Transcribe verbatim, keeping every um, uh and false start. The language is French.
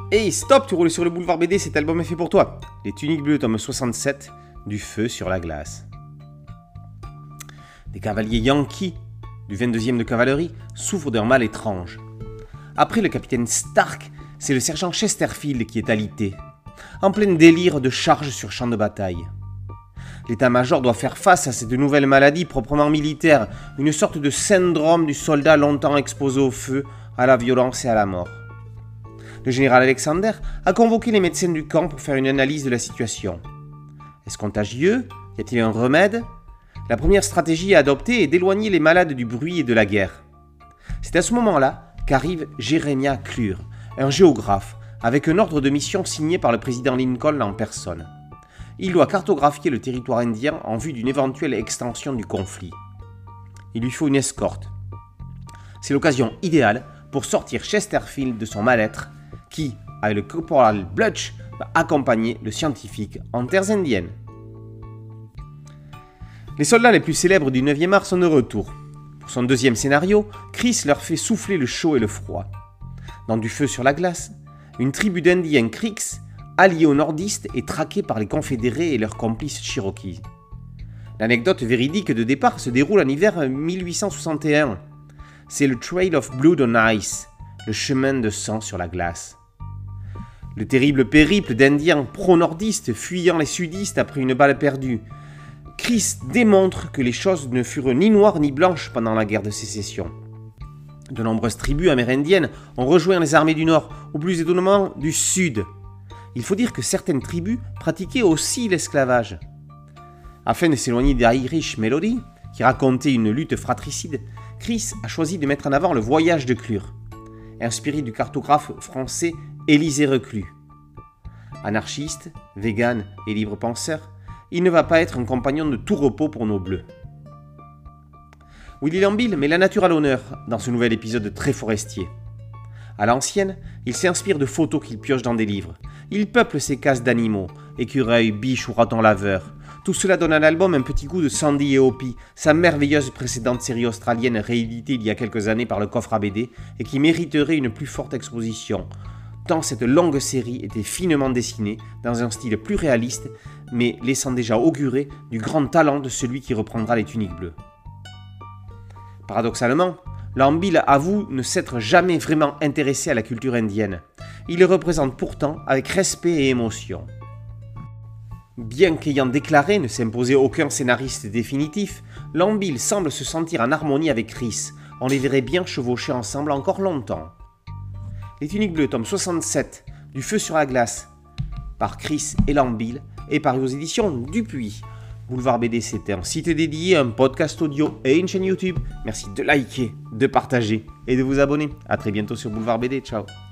Hey, stop, tu roules sur le boulevard B D, cet album est fait pour toi. Les Tuniques Bleues, tome soixante-sept, du feu sur la glace. Des cavaliers yankees du vingt-deuxième de cavalerie souffrent d'un mal étrange. Après le capitaine Stark, c'est le sergent Chesterfield qui est alité, en plein délire de charge sur champ de bataille. L'état-major doit faire face à cette nouvelle maladie proprement militaire, une sorte de syndrome du soldat longtemps exposé au feu, à la violence et à la mort. Le général Alexander a convoqué les médecins du camp pour faire une analyse de la situation. Est-ce contagieux? Y a-t-il un remède? La première stratégie à adopter est d'éloigner les malades du bruit et de la guerre. C'est à ce moment-là qu'arrive Jeremiah Clure, un géographe, avec un ordre de mission signé par le président Lincoln en personne. Il doit cartographier le territoire indien en vue d'une éventuelle extension du conflit. Il lui faut une escorte. C'est l'occasion idéale pour sortir Chesterfield de son mal-être, qui, avec le corporal Blutch, va accompagner le scientifique en terres indiennes. Les soldats les plus célèbres du neuvième art sont de retour. Pour son deuxième scénario, Chris leur fait souffler le chaud et le froid. Dans Du feu sur la glace, une tribu d'Indiens Creeks, alliée aux nordistes, est traquée par les confédérés et leurs complices Cherokees. L'anecdote véridique de départ se déroule en hiver mille huit cent soixante et un. C'est le Trail of Blood on Ice, le chemin de sang sur la glace. Le terrible périple d'Indiens pro-nordistes fuyant les sudistes après une balle perdue. Chris démontre que les choses ne furent ni noires ni blanches pendant la guerre de sécession. De nombreuses tribus amérindiennes ont rejoint les armées du Nord, ou plus étonnamment du Sud. Il faut dire que certaines tribus pratiquaient aussi l'esclavage. Afin de s'éloigner d'Irish Melody, qui racontait une lutte fratricide, Chris a choisi de mettre en avant le voyage de Clure, inspiré du cartographe français Élisée Reclus. Anarchiste, vegan et libre penseur, il ne va pas être un compagnon de tout repos pour nos bleus. Willie Lambill met la nature à l'honneur dans ce nouvel épisode très forestier. À l'ancienne, il s'inspire de photos qu'il pioche dans des livres. Il peuple ses cases d'animaux, écureuils, biches ou ratons laveurs. Tout cela donne à l'album un petit goût de Sandy et Hopi, sa merveilleuse précédente série australienne rééditée il y a quelques années par le Coffre à B D et qui mériterait une plus forte exposition, tant cette longue série était finement dessinée dans un style plus réaliste, mais laissant déjà augurer du grand talent de celui qui reprendra les Tuniques Bleues. Paradoxalement, Lambill avoue ne s'être jamais vraiment intéressé à la culture indienne. Il le représente pourtant avec respect et émotion. Bien qu'ayant déclaré ne s'imposer aucun scénariste définitif, Lambill semble se sentir en harmonie avec Chris. On les verrait bien chevaucher ensemble encore longtemps. Les Tuniques Bleues, tome soixante-sept, Du feu sur la glace, par Chris et Lambill, et paru aux éditions Dupuis. Boulevard B D, c'est un site dédié, un podcast audio et une chaîne YouTube. Merci de liker, de partager et de vous abonner. A très bientôt sur Boulevard B D. Ciao.